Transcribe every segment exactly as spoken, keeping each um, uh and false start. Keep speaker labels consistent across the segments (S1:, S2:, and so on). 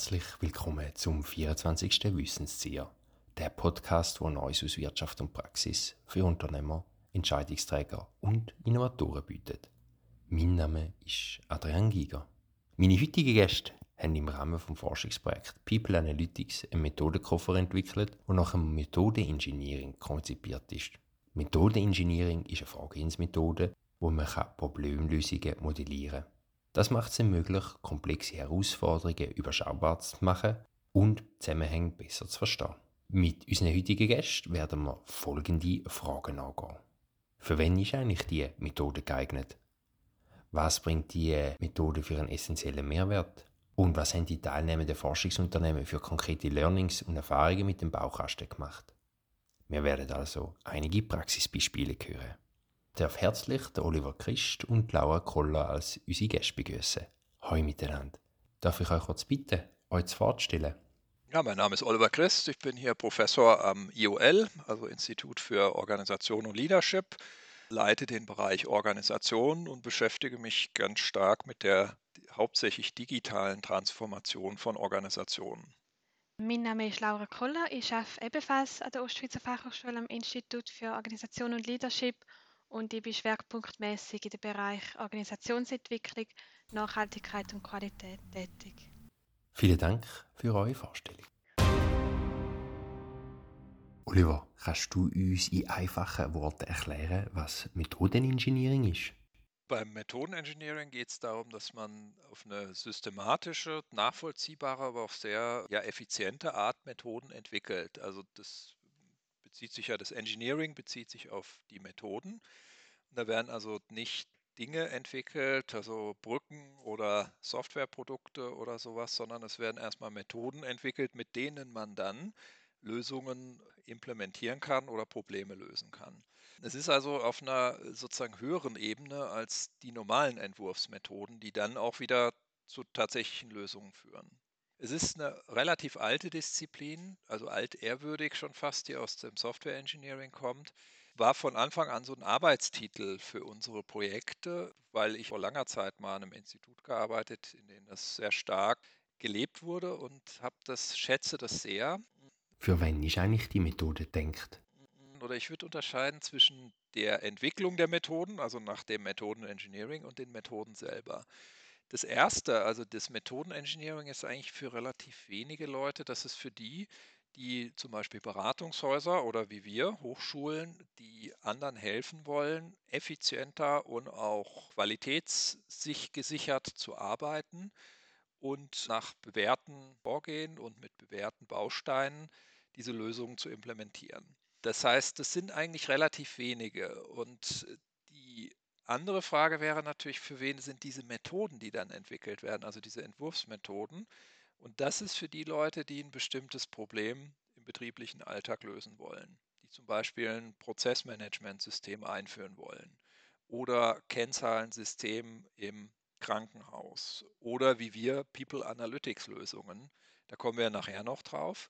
S1: Herzlich willkommen zum vierundzwanzigsten Wissenszieher, der Podcast, der Neues aus Wirtschaft und Praxis für Unternehmer, Entscheidungsträger und Innovatoren bietet. Mein Name ist Adrian Giger. Meine heutigen Gäste haben im Rahmen des Forschungsprojekts People Analytics einen Methodenkoffer entwickelt, der nach dem Methodenengineering konzipiert ist. Methodenengineering ist eine Vorgehensmethode, wo man Problemlösungen modellieren kann. Das macht es möglich, komplexe Herausforderungen überschaubar zu machen und Zusammenhänge besser zu verstehen. Mit unseren heutigen Gästen werden wir folgende Fragen angehen. Für wen ist eigentlich die Methode geeignet? Was bringt die Methode für einen essentiellen Mehrwert? Und was haben die teilnehmenden Forschungsunternehmen für konkrete Learnings und Erfahrungen mit dem Baukasten gemacht? Wir werden also einige Praxisbeispiele hören. Ich darf herzlich den Oliver Christ und Laura Koller als unsere Gäste begrüßen. Hallo miteinander. Darf ich euch kurz bitten, euch vorzustellen?
S2: Ja, mein Name ist Oliver Christ. Ich bin hier Professor am I O L, also Institut für Organisation und Leadership, leite den Bereich Organisation und beschäftige mich ganz stark mit der hauptsächlich digitalen Transformation von Organisationen.
S3: Mein Name ist Laura Koller. Ich arbeite ebenfalls an der Ostschweizer Fachhochschule am Institut für Organisation und Leadership und ich bin schwerpunktmäßig in dem Bereich Organisationsentwicklung, Nachhaltigkeit und Qualität tätig.
S1: Vielen Dank für eure Vorstellung. Oliver, kannst du uns in einfachen Worten erklären, was Methodenengineering ist?
S2: Beim Methodenengineering geht es darum, dass man auf eine systematische, nachvollziehbare, aber auch sehr ja, effiziente Art Methoden entwickelt. Also das bezieht sich ja, das Engineering bezieht sich auf die Methoden. Und da werden also nicht Dinge entwickelt, also Brücken oder Softwareprodukte oder sowas, sondern es werden erstmal Methoden entwickelt, mit denen man dann Lösungen implementieren kann oder Probleme lösen kann. Es ist also auf einer sozusagen höheren Ebene als die normalen Entwurfsmethoden, die dann auch wieder zu tatsächlichen Lösungen führen. Es ist eine relativ alte Disziplin, also altehrwürdig schon fast, die aus dem Software Engineering kommt. War von Anfang an so ein Arbeitstitel für unsere Projekte, weil ich vor langer Zeit mal an einem Institut gearbeitet, in dem das sehr stark gelebt wurde und habe das, schätze das sehr.
S1: Für wen ist eigentlich die Methode gedacht?
S2: Oder ich würde unterscheiden zwischen der Entwicklung der Methoden, also nach dem Methodenengineering, und den Methoden selber. Das erste, also das Methodenengineering, ist eigentlich für relativ wenige Leute. Das ist für die, die zum Beispiel Beratungshäuser oder wie wir, Hochschulen, die anderen helfen wollen, effizienter und auch qualitätssich gesichert zu arbeiten und nach bewährten Vorgehen und mit bewährten Bausteinen diese Lösungen zu implementieren. Das heißt, das sind eigentlich relativ wenige. Und die andere Frage wäre natürlich, für wen sind diese Methoden, die dann entwickelt werden, also diese Entwurfsmethoden? Und das ist für die Leute, die ein bestimmtes Problem im betrieblichen Alltag lösen wollen, die zum Beispiel ein Prozessmanagementsystem einführen wollen oder Kennzahlensystem im Krankenhaus oder wie wir People Analytics Lösungen. Da kommen wir nachher noch drauf.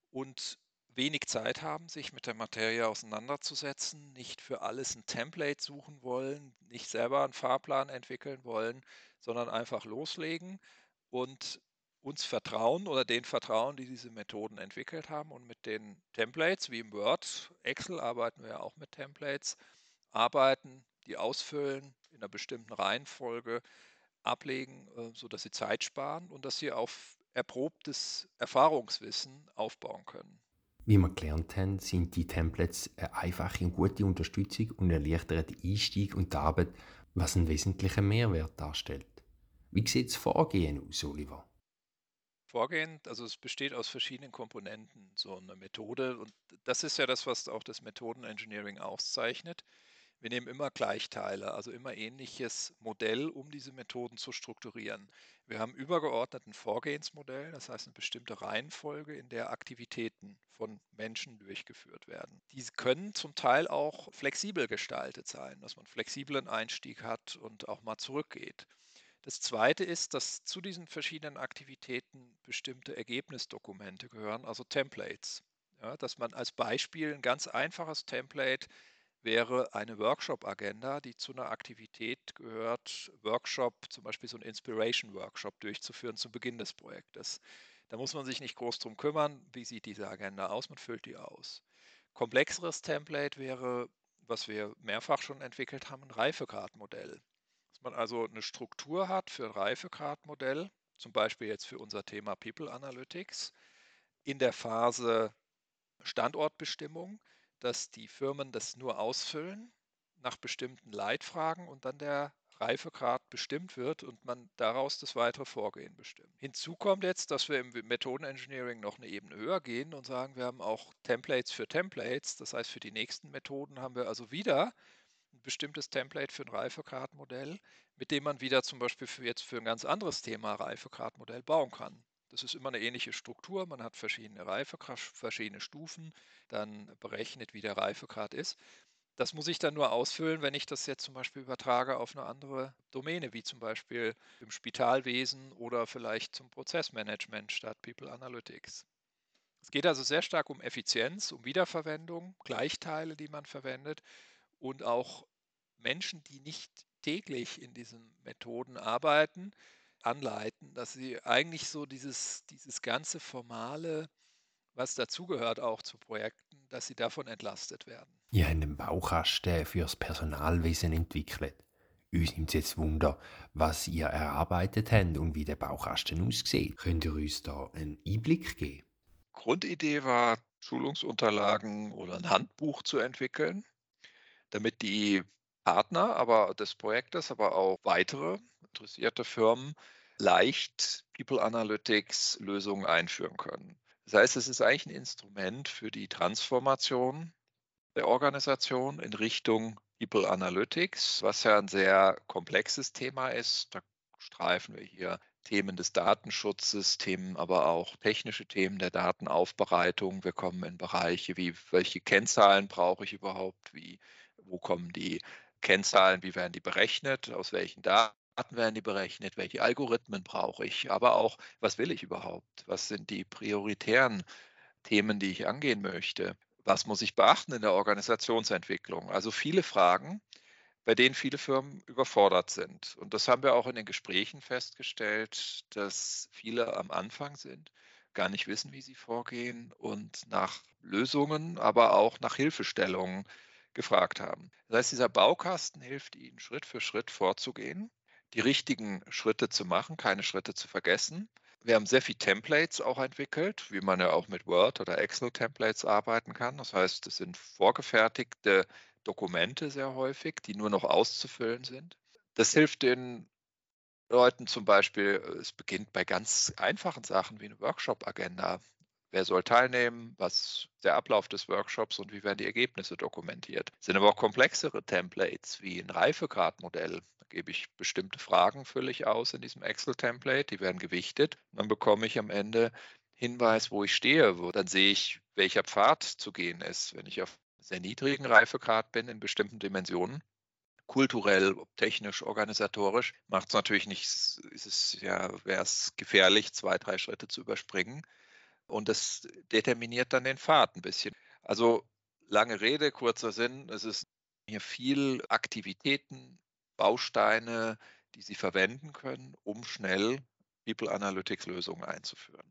S2: Und wenig Zeit haben, sich mit der Materie auseinanderzusetzen, nicht für alles ein Template suchen wollen, nicht selber einen Fahrplan entwickeln wollen, sondern einfach loslegen und uns vertrauen oder den vertrauen, die diese Methoden entwickelt haben und mit den Templates, wie im Word, Excel arbeiten wir ja auch mit Templates, arbeiten, die ausfüllen in einer bestimmten Reihenfolge, ablegen, äh, sodass sie Zeit sparen und dass sie auf erprobtes Erfahrungswissen aufbauen können.
S1: Wie wir gelernt haben, sind die Templates eine einfache und gute Unterstützung und erleichtern den Einstieg und die Arbeit, was einen wesentlichen Mehrwert darstellt. Wie sieht das Vorgehen aus, Oliver?
S2: Vorgehen, also es besteht aus verschiedenen Komponenten, so eine Methode. Und das ist ja das, was auch das Methodenengineering auszeichnet. Wir nehmen immer Gleichteile, also immer ähnliches Modell, um diese Methoden zu strukturieren. Wir haben übergeordnet ein Vorgehensmodell, das heißt eine bestimmte Reihenfolge, in der Aktivitäten von Menschen durchgeführt werden. Diese können zum Teil auch flexibel gestaltet sein, dass man flexiblen Einstieg hat und auch mal zurückgeht. Das Zweite ist, dass zu diesen verschiedenen Aktivitäten bestimmte Ergebnisdokumente gehören, also Templates. Ja, dass man als Beispiel ein ganz einfaches Template wäre eine Workshop-Agenda, die zu einer Aktivität gehört, Workshop, zum Beispiel so einen Inspiration-Workshop durchzuführen zu Beginn des Projektes. Da muss man sich nicht groß drum kümmern, wie sieht diese Agenda aus, man füllt die aus. Komplexeres Template wäre, was wir mehrfach schon entwickelt haben, ein Reifegradmodell. Dass man also eine Struktur hat für ein Reifegradmodell, zum Beispiel jetzt für unser Thema People Analytics, in der Phase Standortbestimmung, dass die Firmen das nur ausfüllen nach bestimmten Leitfragen und dann der Reifegrad bestimmt wird und man daraus das weitere Vorgehen bestimmt. Hinzu kommt jetzt, dass wir im Methodenengineering noch eine Ebene höher gehen und sagen, wir haben auch Templates für Templates. Das heißt, für die nächsten Methoden haben wir also wieder ein bestimmtes Template für ein Reifegradmodell, mit dem man wieder zum Beispiel für jetzt für ein ganz anderes Thema Reifegradmodell bauen kann. Das ist immer eine ähnliche Struktur. Man hat verschiedene Reifegrad, verschiedene Stufen, dann berechnet, wie der Reifegrad ist. Das muss ich dann nur ausfüllen, wenn ich das jetzt zum Beispiel übertrage auf eine andere Domäne, wie zum Beispiel im Spitalwesen oder vielleicht zum Prozessmanagement statt People Analytics. Es geht also sehr stark um Effizienz, um Wiederverwendung, Gleichteile, die man verwendet und auch Menschen, die nicht täglich in diesen Methoden arbeiten, anleiten, dass sie eigentlich so dieses, dieses ganze Formale, was dazugehört auch zu Projekten, dass sie davon entlastet werden.
S1: Ihr habt einen Baukasten fürs Personalwesen entwickelt. Uns nimmt jetzt Wunder, was ihr erarbeitet habt und wie der Baukasten aussieht. Könnt ihr uns da einen Einblick geben?
S2: Grundidee war, Schulungsunterlagen oder ein Handbuch zu entwickeln, damit die Partner aber des Projektes, aber auch weitere interessierte Firmen leicht People Analytics Lösungen einführen können. Das heißt, es ist eigentlich ein Instrument für die Transformation der Organisation in Richtung People Analytics, was ja ein sehr komplexes Thema ist. Da streifen wir hier Themen des Datenschutzes, Themen aber auch technische Themen der Datenaufbereitung. Wir kommen in Bereiche wie, welche Kennzahlen brauche ich überhaupt, wie, wo kommen die Kennzahlen, wie werden die berechnet, aus welchen Daten werden die berechnet, welche Algorithmen brauche ich, aber auch, was will ich überhaupt, was sind die prioritären Themen, die ich angehen möchte. Was muss ich beachten in der Organisationsentwicklung? Also viele Fragen, bei denen viele Firmen überfordert sind. Und das haben wir auch in den Gesprächen festgestellt, dass viele am Anfang sind, gar nicht wissen, wie sie vorgehen und nach Lösungen, aber auch nach Hilfestellungen gefragt haben. Das heißt, dieser Baukasten hilft Ihnen, Schritt für Schritt vorzugehen, die richtigen Schritte zu machen, keine Schritte zu vergessen. Wir haben sehr viele Templates auch entwickelt, wie man ja auch mit Word oder Excel-Templates arbeiten kann. Das heißt, es sind vorgefertigte Dokumente sehr häufig, die nur noch auszufüllen sind. Das hilft den Leuten zum Beispiel, es beginnt bei ganz einfachen Sachen wie eine Workshop-Agenda. Wer soll teilnehmen? Was ist der Ablauf des Workshops und wie werden die Ergebnisse dokumentiert? Es sind aber auch komplexere Templates wie ein Reifegradmodell. Da gebe ich bestimmte Fragen völlig aus in diesem Excel-Template, die werden gewichtet. Und dann bekomme ich am Ende Hinweis, wo ich stehe. Wo, dann sehe ich, welcher Pfad zu gehen ist. Wenn ich auf sehr niedrigen Reifegrad bin in bestimmten Dimensionen, kulturell, technisch, organisatorisch, macht es natürlich nicht, ist es ja, wäre es gefährlich, zwei, drei Schritte zu überspringen. Und das determiniert dann den Pfad ein bisschen. Also lange Rede, kurzer Sinn, es ist hier viel Aktivitäten, Bausteine, die Sie verwenden können, um schnell People Analytics Lösungen einzuführen.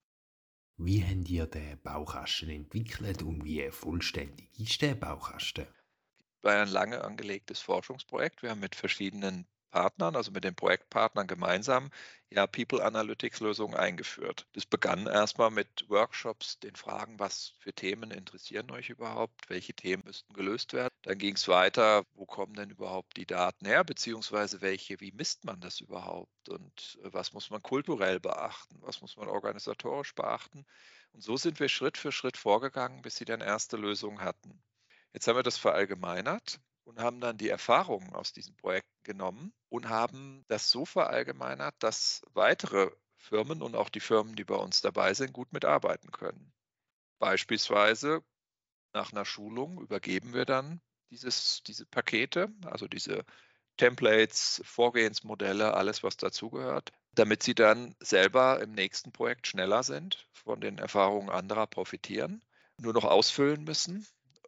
S1: Wie habt ihr den Baukasten entwickelt und wie vollständig ist der Baukasten?
S2: War ein lange angelegtes Forschungsprojekt. Wir haben mit verschiedenen Partnern, also mit den Projektpartnern gemeinsam, ja, People Analytics Lösungen eingeführt. Das begann erstmal mit Workshops, den Fragen, was für Themen interessieren euch überhaupt, welche Themen müssten gelöst werden. Dann ging es weiter, wo kommen denn überhaupt die Daten her, beziehungsweise welche, wie misst man das überhaupt und äh, was muss man kulturell beachten, was muss man organisatorisch beachten. Und so sind wir Schritt für Schritt vorgegangen, bis sie dann erste Lösungen hatten. Jetzt haben wir das verallgemeinert und haben dann die Erfahrungen aus diesen Projekten genommen und haben das so verallgemeinert, dass weitere Firmen und auch die Firmen, die bei uns dabei sind, gut mitarbeiten können. Beispielsweise nach einer Schulung übergeben wir dann dieses, diese Pakete, also diese Templates, Vorgehensmodelle, alles, was dazugehört, damit sie dann selber im nächsten Projekt schneller sind, von den Erfahrungen anderer profitieren, nur noch ausfüllen müssen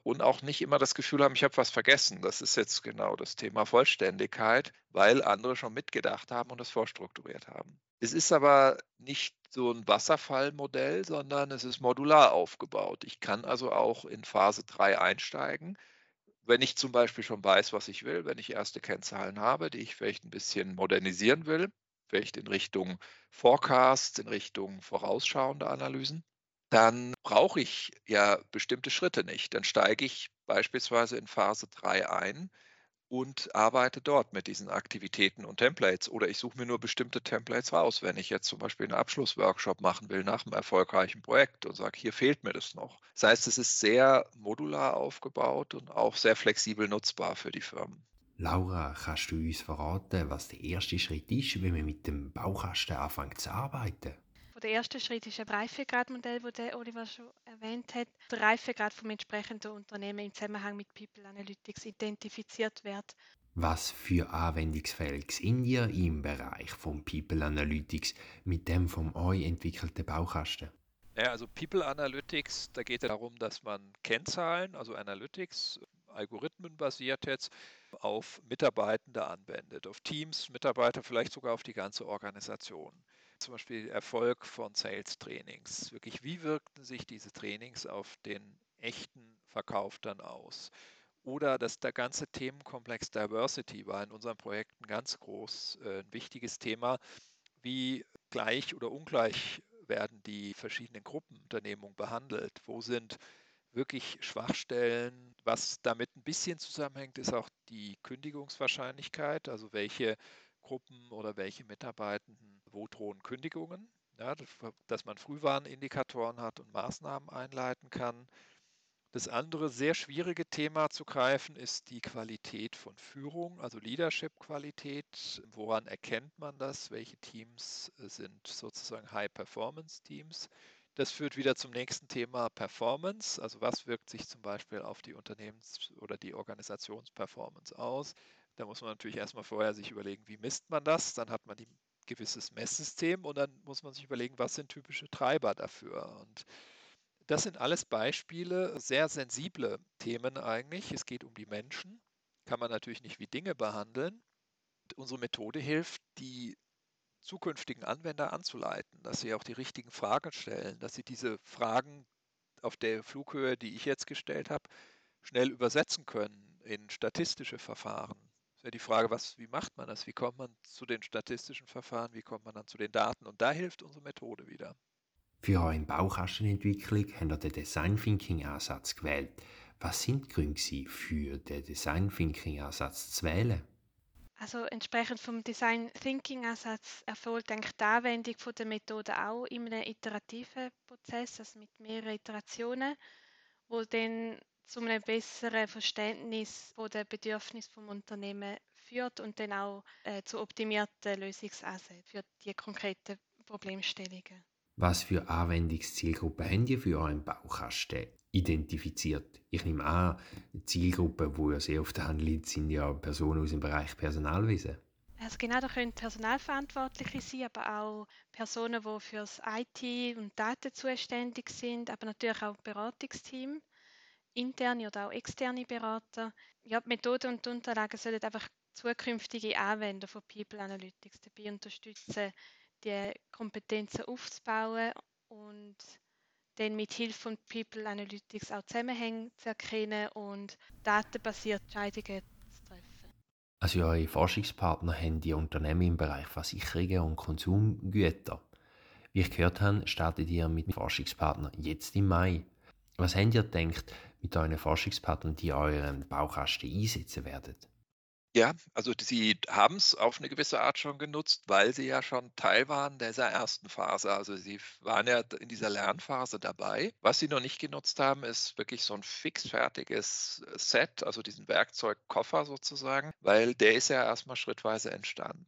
S2: und auch nicht immer das Gefühl haben, ich habe was vergessen. Das ist jetzt genau das Thema Vollständigkeit, weil andere schon mitgedacht haben und das vorstrukturiert haben. Es ist aber nicht so ein Wasserfallmodell, sondern es ist modular aufgebaut. Ich kann also auch in Phase drei einsteigen, wenn ich zum Beispiel schon weiß, was ich will, wenn ich erste Kennzahlen habe, die ich vielleicht ein bisschen modernisieren will, vielleicht in Richtung Forecasts, in Richtung vorausschauende Analysen, dann brauche ich ja bestimmte Schritte nicht. Dann steige ich beispielsweise in Phase drei ein und arbeite dort mit diesen Aktivitäten und Templates. Oder ich suche mir nur bestimmte Templates raus, wenn ich jetzt zum Beispiel einen Abschlussworkshop machen will nach einem erfolgreichen Projekt und sage, hier fehlt mir das noch. Das heißt, es ist sehr modular aufgebaut und auch sehr flexibel nutzbar für die Firmen.
S1: Laura, kannst du uns verraten, was der erste Schritt ist, wenn man mit dem Baukasten anfängt zu arbeiten?
S3: Der erste Schritt ist ein Reifegradmodell, das der Oliver schon erwähnt hat. Der Reifegrad vom entsprechenden Unternehmen im Zusammenhang mit People Analytics identifiziert wird.
S1: Was für Anwendungsfälle sind ihr im Bereich von People Analytics mit dem vom euch entwickelten Baukasten?
S2: Ja, also People Analytics, da geht es darum, dass man Kennzahlen, also Analytics, algorithmenbasiert jetzt, auf Mitarbeitende anwendet, auf Teams, Mitarbeiter, vielleicht sogar auf die ganze Organisation. Zum Beispiel Erfolg von Sales-Trainings. Wirklich, wie wirkten sich diese Trainings auf den echten Verkauf dann aus? Oder dass der ganze Themenkomplex Diversity war in unseren Projekten ganz groß, äh, ein wichtiges Thema. Wie gleich oder ungleich werden die verschiedenen Gruppenunternehmungen behandelt? Wo sind wirklich Schwachstellen? Was damit ein bisschen zusammenhängt, ist auch die Kündigungswahrscheinlichkeit, also welche Gruppen oder welche Mitarbeitenden, wo drohen Kündigungen, ja, dass man Frühwarnindikatoren hat und Maßnahmen einleiten kann. Das andere sehr schwierige Thema zu greifen ist die Qualität von Führung, also Leadership-Qualität. Woran erkennt man das? Welche Teams äh, sind sozusagen High-Performance-Teams? Das führt wieder zum nächsten Thema Performance. Also was wirkt sich zum Beispiel auf die Unternehmens- oder die Organisationsperformance aus? Da muss man natürlich erstmal vorher sich überlegen, wie misst man das? Dann hat man ein gewisses Messsystem und dann muss man sich überlegen, was sind typische Treiber dafür? Und das sind alles Beispiele, sehr sensible Themen eigentlich. Es geht um die Menschen. Kann man natürlich nicht wie Dinge behandeln. Unsere Methode hilft, die zukünftigen Anwender anzuleiten, dass sie auch die richtigen Fragen stellen, dass sie diese Fragen auf der Flughöhe, die ich jetzt gestellt habe, schnell übersetzen können in statistische Verfahren. Das wäre die Frage, was, wie macht man das? Wie kommt man zu den statistischen Verfahren? Wie kommt man dann zu den Daten? Und da hilft unsere Methode wieder.
S1: Für eure Baukastenentwicklung habt ihr den Design Thinking Ansatz gewählt. Was sind die Gründe für den Design Thinking Ansatz zu wählen?
S3: Also entsprechend vom Design Thinking Ansatz erfolgt eigentlich die Anwendung von der Methode auch in einem iterativen Prozess, also mit mehreren Iterationen, wo dann zu einem besseren Verständnis von den Bedürfnissen vom Unternehmen führt und dann auch äh, zu optimierten Lösungsansätzen für die konkreten Problemstellungen.
S1: Was für Anwendungszielgruppen habt ihr für euren Baukasten identifiziert? Ich nehme an, Zielgruppen, die ja sehr oft handelt, sind ja Personen aus dem Bereich Personalwesen.
S3: Also genau, da können Personalverantwortliche sein, aber auch Personen, die für das I T und Daten zuständig sind, aber natürlich auch Beratungsteam, interne oder auch externe Berater. Ja, die Methoden und die Unterlagen sollen einfach zukünftige Anwender von People Analytics dabei unterstützen, die Kompetenzen aufzubauen und dann mit Hilfe von People Analytics auch Zusammenhänge zu erkennen und datenbasierte Entscheidungen zu treffen.
S1: Also eure Forschungspartner haben die Unternehmen im Bereich Versicherungen und Konsumgüter. Wie ich gehört habe, startet ihr mit Forschungspartnern jetzt im Mai. Was habt ihr gedacht mit euren Forschungspartnern, die euren Baukasten einsetzen werden?
S2: Ja, also sie haben es auf eine gewisse Art schon genutzt, weil sie ja schon Teil waren dieser ersten Phase. Also sie waren ja in dieser Lernphase dabei. Was sie noch nicht genutzt haben, ist wirklich so ein fixfertiges Set, also diesen Werkzeugkoffer sozusagen, weil der ist ja erstmal schrittweise entstanden.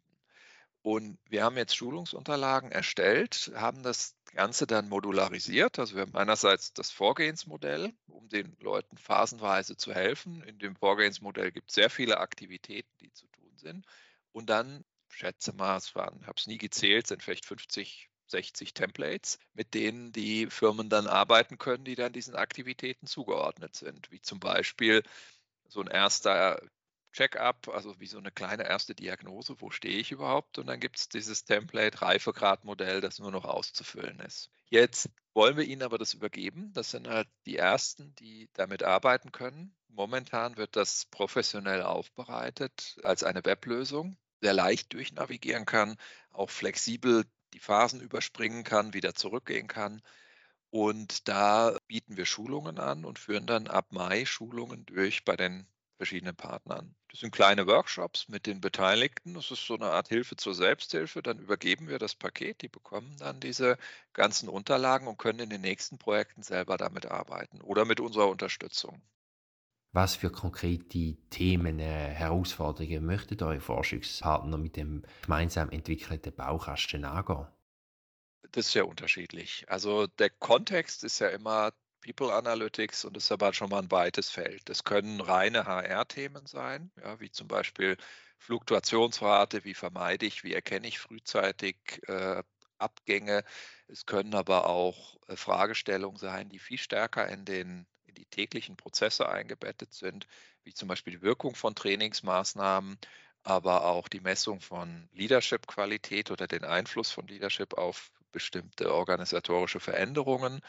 S2: Und wir haben jetzt Schulungsunterlagen erstellt, haben das Ganze dann modularisiert. Also wir haben einerseits das Vorgehensmodell, um den Leuten phasenweise zu helfen. In dem Vorgehensmodell gibt es sehr viele Aktivitäten, die zu tun sind. Und dann, schätze mal, es waren, habe es nie gezählt, sind vielleicht fünfzig, sechzig Templates, mit denen die Firmen dann arbeiten können, die dann diesen Aktivitäten zugeordnet sind, wie zum Beispiel so ein erster Check-up, also wie so eine kleine erste Diagnose, wo stehe ich überhaupt? Und dann gibt es dieses Template Reifegradmodell, das nur noch auszufüllen ist. Jetzt wollen wir Ihnen aber das übergeben. Das sind halt die Ersten, die damit arbeiten können. Momentan wird das professionell aufbereitet als eine Weblösung, sehr leicht durchnavigieren kann, auch flexibel die Phasen überspringen kann, wieder zurückgehen kann. Und da bieten wir Schulungen an und führen dann ab Mai Schulungen durch bei den verschiedenen Partnern. Das sind kleine Workshops mit den Beteiligten. Das ist so eine Art Hilfe zur Selbsthilfe. Dann übergeben wir das Paket. Die bekommen dann diese ganzen Unterlagen und können in den nächsten Projekten selber damit arbeiten oder mit unserer Unterstützung.
S1: Was für konkrete Themen, äh, Herausforderungen möchten eure Forschungspartner mit dem gemeinsam entwickelten Baukasten angehen?
S2: Das ist ja unterschiedlich. Also der Kontext ist ja immer People Analytics und ist aber schon mal ein weites Feld. Das können reine H R-Themen sein, ja, wie zum Beispiel Fluktuationsrate, wie vermeide ich, wie erkenne ich frühzeitig äh, Abgänge. Es können aber auch äh, Fragestellungen sein, die viel stärker in den in die täglichen Prozesse eingebettet sind, wie zum Beispiel die Wirkung von Trainingsmaßnahmen, aber auch die Messung von Leadership-Qualität oder den Einfluss von Leadership auf bestimmte organisatorische Veränderungen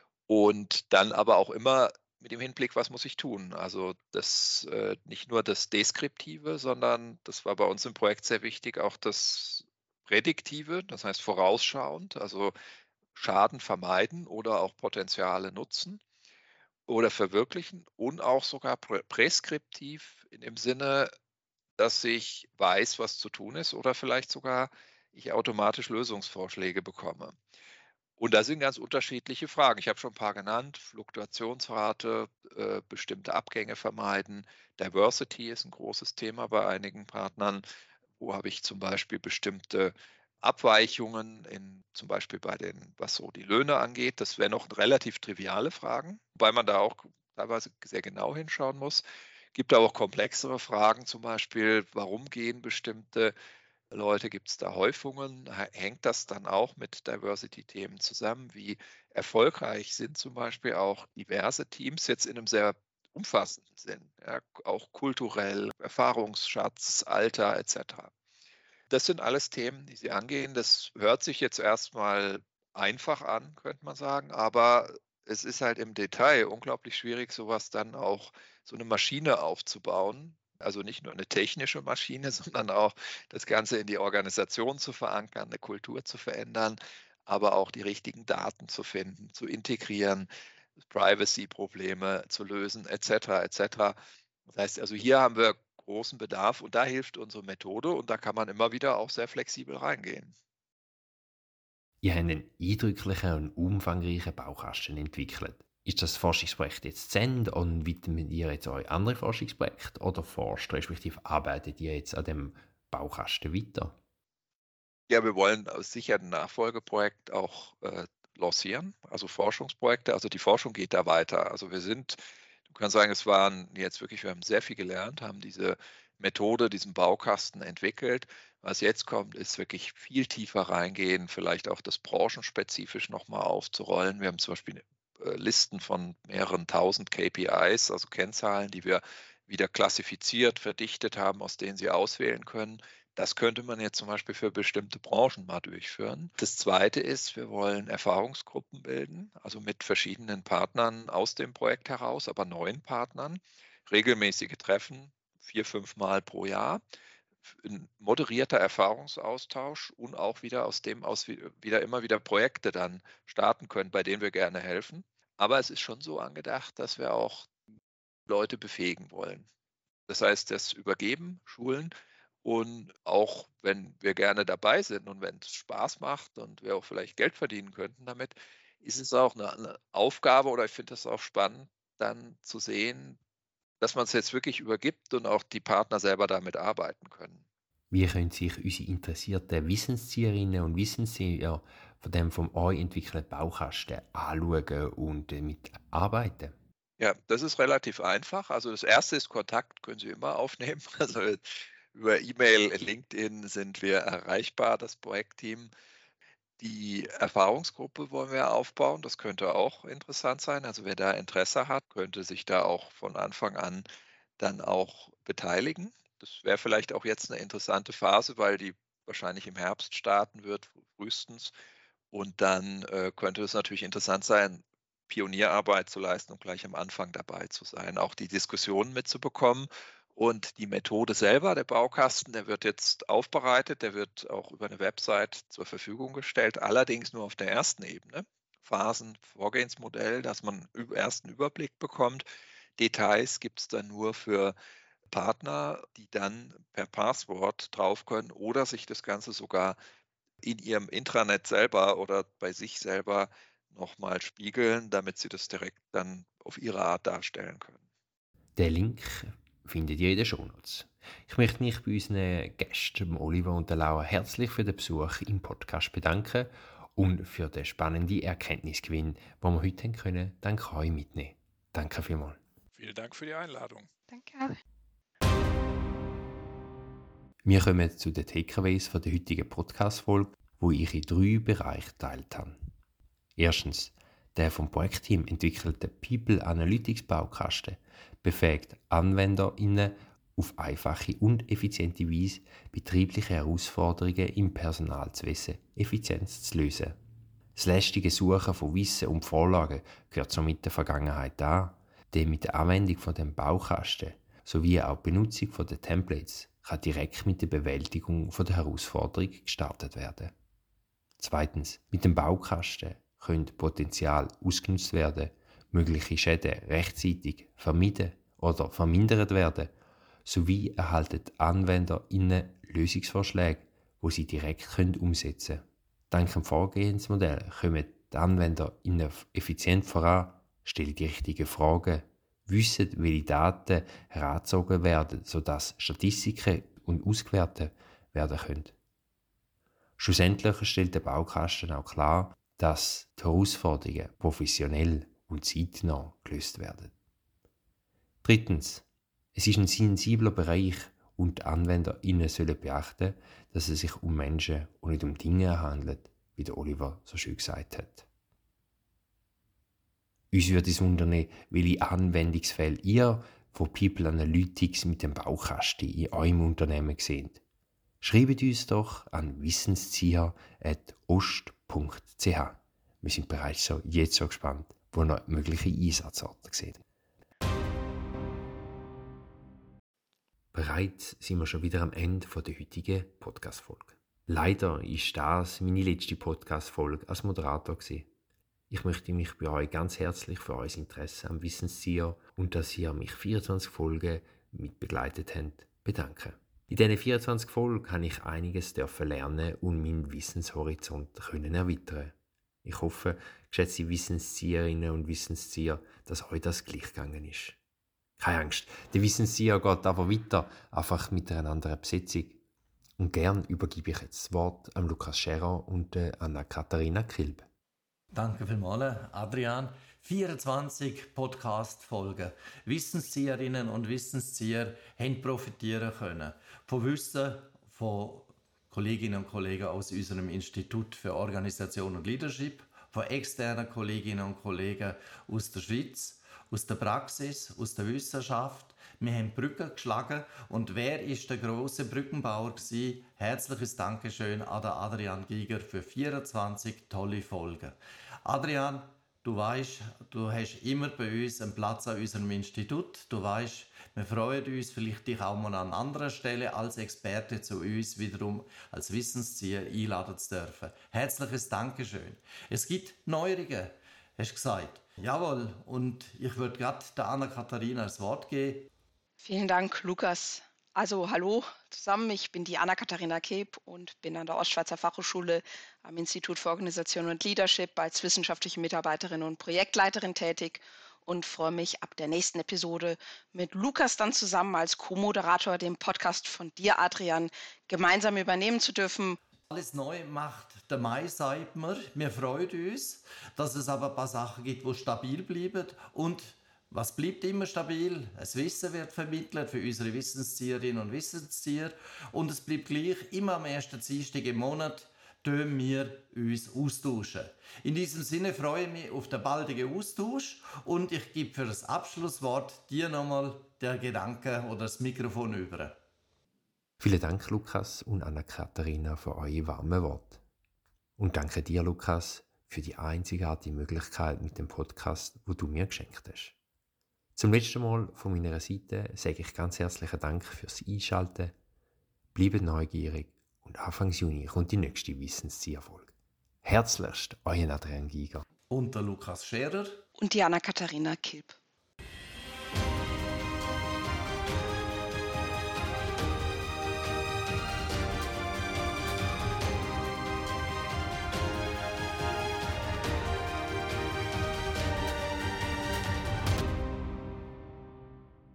S2: und dann aber auch immer mit dem Hinblick, was muss ich tun? Also das äh, nicht nur das Deskriptive, sondern das war bei uns im Projekt sehr wichtig, auch das Prädiktive, das heißt vorausschauend, also Schaden vermeiden oder auch Potenziale nutzen oder verwirklichen und auch sogar prä präskriptiv in dem Sinne, dass ich weiß, was zu tun ist oder vielleicht sogar ich automatisch Lösungsvorschläge bekomme. Und da sind ganz unterschiedliche Fragen. Ich habe schon ein paar genannt, Fluktuationsrate, äh, bestimmte Abgänge vermeiden. Diversity ist ein großes Thema bei einigen Partnern. Wo habe ich zum Beispiel bestimmte Abweichungen in zum Beispiel bei den was so die Löhne angeht? Das wären noch relativ triviale Fragen, wobei man da auch teilweise sehr genau hinschauen muss. Gibt aber auch komplexere Fragen, zum Beispiel, warum gehen bestimmte Leute, gibt es da Häufungen? Hängt das dann auch mit Diversity-Themen zusammen? Wie erfolgreich sind zum Beispiel auch diverse Teams jetzt in einem sehr umfassenden Sinn, ja, auch kulturell, Erfahrungsschatz, Alter et cetera. Das sind alles Themen, die Sie angehen. Das hört sich jetzt erstmal einfach an, könnte man sagen, aber es ist halt im Detail unglaublich schwierig, sowas dann auch so eine Maschine aufzubauen. Also nicht nur eine technische Maschine, sondern auch das Ganze in die Organisation zu verankern, eine Kultur zu verändern, aber auch die richtigen Daten zu finden, zu integrieren, Privacy-Probleme zu lösen et cetera et cetera. Das heißt also, hier haben wir großen Bedarf und da hilft unsere Methode und da kann man immer wieder auch sehr flexibel reingehen.
S1: Ihr habt einen eindrücklichen und umfangreichen Baukasten entwickelt. Ist das Forschungsprojekt jetzt zu Ende und widmet ihr jetzt euch andere Forschungsprojekte oder forscht, respektive arbeitet ihr jetzt an dem Baukasten weiter?
S2: Ja, wir wollen äh, sicher ein Nachfolgeprojekt auch äh, lancieren, also Forschungsprojekte. Also die Forschung geht da weiter. Also wir sind, du kannst sagen, es waren jetzt wirklich, wir haben sehr viel gelernt, haben diese Methode, diesen Baukasten entwickelt. Was jetzt kommt, ist wirklich viel tiefer reingehen, vielleicht auch das branchenspezifisch nochmal aufzurollen. Wir haben zum Beispiel äh, Listen von mehreren tausend K P Is, also Kennzahlen, die wir wieder klassifiziert, verdichtet haben, aus denen Sie auswählen können. Das könnte man jetzt zum Beispiel für bestimmte Branchen mal durchführen. Das Zweite ist, wir wollen Erfahrungsgruppen bilden, also mit verschiedenen Partnern aus dem Projekt heraus, aber neuen Partnern. Regelmäßige Treffen, vier, fünf Mal pro Jahr. Ein moderierter Erfahrungsaustausch und auch wieder aus dem aus wieder immer wieder Projekte dann starten können, bei denen wir gerne helfen. Aber es ist schon so angedacht, dass wir auch Leute befähigen wollen. Das heißt, das Übergeben, Schulen und auch wenn wir gerne dabei sind und wenn es Spaß macht und wir auch vielleicht Geld verdienen könnten damit, ist es auch eine, eine Aufgabe oder ich finde das auch spannend, dann zu sehen, dass man es jetzt wirklich übergibt und auch die Partner selber damit arbeiten können.
S1: Wie können sich unsere interessierten Wissenszieherinnen und Wissenszieher von dem von euch entwickelten Baukasten anschauen und damit arbeiten?
S2: Ja, das ist relativ einfach. Also das erste ist Kontakt, können Sie immer aufnehmen. Also über E-Mail, LinkedIn sind wir erreichbar, das Projektteam. Die Erfahrungsgruppe wollen wir aufbauen. Das könnte auch interessant sein. Also wer da Interesse hat, könnte sich da auch von Anfang an dann auch beteiligen. Das wäre vielleicht auch jetzt eine interessante Phase, weil die wahrscheinlich im Herbst starten wird, frühestens. Und dann äh, könnte es natürlich interessant sein, Pionierarbeit zu leisten und gleich am Anfang dabei zu sein, auch die Diskussionen mitzubekommen. Und die Methode selber, der Baukasten, der wird jetzt aufbereitet, der wird auch über eine Website zur Verfügung gestellt, allerdings nur auf der ersten Ebene. Phasen, Vorgehensmodell, dass man einen ersten Überblick bekommt. Details gibt es dann nur für Partner, die dann per Passwort drauf können oder sich das Ganze sogar in ihrem Intranet selber oder bei sich selber nochmal spiegeln, damit sie das direkt dann auf ihre Art darstellen können.
S1: Den Link findet ihr in den Shownotes. Ich möchte mich bei unseren Gästen, Oliver und Laura, herzlich für den Besuch im Podcast bedanken und für den spannenden Erkenntnisgewinn, den wir heute haben können, dank euch mitnehmen. Danke vielmals.
S2: Vielen Dank für die Einladung.
S3: Danke auch.
S1: Wir kommen zu den Takeaways von der heutigen Podcast-Folge, wo ich in drei Bereiche geteilt habe. Erstens, der vom Projektteam entwickelte People Analytics Baukasten befähigt AnwenderInnen auf einfache und effiziente Weise betriebliche Herausforderungen im Personalwesen effizient zu lösen. Das lästige Suchen von Wissen und Vorlagen gehört somit der Vergangenheit an, denn mit der Anwendung von dem Baukasten sowie auch die Benutzung von den Templates kann direkt mit der Bewältigung von der Herausforderung gestartet werden. Zweitens, mit dem Baukasten könnte Potenzial ausgenutzt werden, mögliche Schäden rechtzeitig vermieden oder vermindert werden, sowie erhalten die AnwenderInnen Lösungsvorschläge, die sie direkt umsetzen können. Dank dem Vorgehensmodell kommen die AnwenderInnen effizient voran, stellen die richtigen Fragen, wissen, welche Daten herangezogen werden, sodass Statistiken und ausgewertet werden können. Schlussendlich stellt der Baukasten auch klar, dass die Herausforderungen professionell und zeitnah gelöst werden. Drittens. Es ist ein sensibler Bereich und die AnwenderInnen sollen beachten, dass es sich um Menschen und nicht um Dinge handelt, wie der Oliver so schön gesagt hat. Uns würde es wundern, welche Anwendungsfälle ihr von People Analytics mit dem Baukasten in eurem Unternehmen seht. Schreibt uns doch an wissenszieher at ost punkt c h. Wir sind bereits so jetzt so gespannt, wo noch mögliche Einsatzorte seht. Bereits sind wir schon wieder am Ende der heutigen Podcast-Folge. Leider ist das meine letzte Podcast-Folge als Moderator gewesen. Ich möchte mich bei euch ganz herzlich für euer Interesse am Wissenszieher und dass ihr mich vierundzwanzig Folgen mit begleitet habt, bedanken. In diesen vierundzwanzig Folgen habe ich einiges lernen und meinen Wissenshorizont können erweitern. Ich hoffe, geschätzte Wissenszieherinnen und Wissenszieher, dass euch das gleich gegangen ist. Keine Angst, der Wissenszieher geht aber weiter, einfach mit einer anderen Besetzung. Und gern übergebe ich jetzt das Wort an Lukas Scherer und Anna-Katharina Kilb.
S4: Danke vielmals, Adrian. vierundzwanzig Podcast-Folgen. Wissenszieherinnen und Wissenszieher haben profitieren können von Wissen von Kolleginnen und Kollegen aus unserem Institut für Organisation und Leadership, von externen Kolleginnen und Kollegen aus der Schweiz, aus der Praxis, aus der Wissenschaft. Wir haben Brücken geschlagen und wer ist der grosse Brückenbauer gewesen? Herzliches Dankeschön an den Adrian Giger für vierundzwanzig tolle Folgen. Adrian, du weißt, du hast immer bei uns einen Platz an unserem Institut. Du weißt, wir freuen uns, vielleicht dich auch mal an anderer Stelle als Experte zu uns wiederum als Wissenszieher einladen zu dürfen. Herzliches Dankeschön. Es gibt Neuerungen, hast du gesagt. Jawohl, und ich würde gerade der Anna-Katharina das Wort geben.
S5: Vielen Dank, Lukas. Also hallo zusammen, ich bin die Anna-Katharina Kilb und bin an der Ostschweizer Fachhochschule am Institut für Organisation und Leadership als wissenschaftliche Mitarbeiterin und Projektleiterin tätig und freue mich ab der nächsten Episode mit Lukas dann zusammen als Co-Moderator den Podcast von dir, Adrian, gemeinsam übernehmen zu dürfen.
S4: Alles neu macht der Mai, sagt man. Wir freuen uns, dass es aber ein paar Sachen gibt, die stabil bleiben. Und was bleibt immer stabil? Das Wissen wird vermittelt für unsere Wissenszieherinnen und Wissenszieher. Und es bleibt gleich immer am ersten Dienstag im Monat tun wir uns austauschen. In diesem Sinne freue ich mich auf den baldigen Austausch und ich gebe für das Abschlusswort dir nochmal den Gedanken oder das Mikrofon über.
S1: Vielen Dank, Lukas und Anna-Katharina, für eure warmen Worte. Und danke dir, Lukas, für die einzigartige Möglichkeit mit dem Podcast, wo du mir geschenkt hast. Zum letzten Mal von meiner Seite sage ich ganz herzlichen Dank fürs Einschalten. Bleibt neugierig und Anfang Juni kommt die nächste Wissenszieherfolge. Herzlichst, euer Adrian Giger.
S4: Und der Lukas Scherer.
S5: Und die Anna-Katharina Kilp.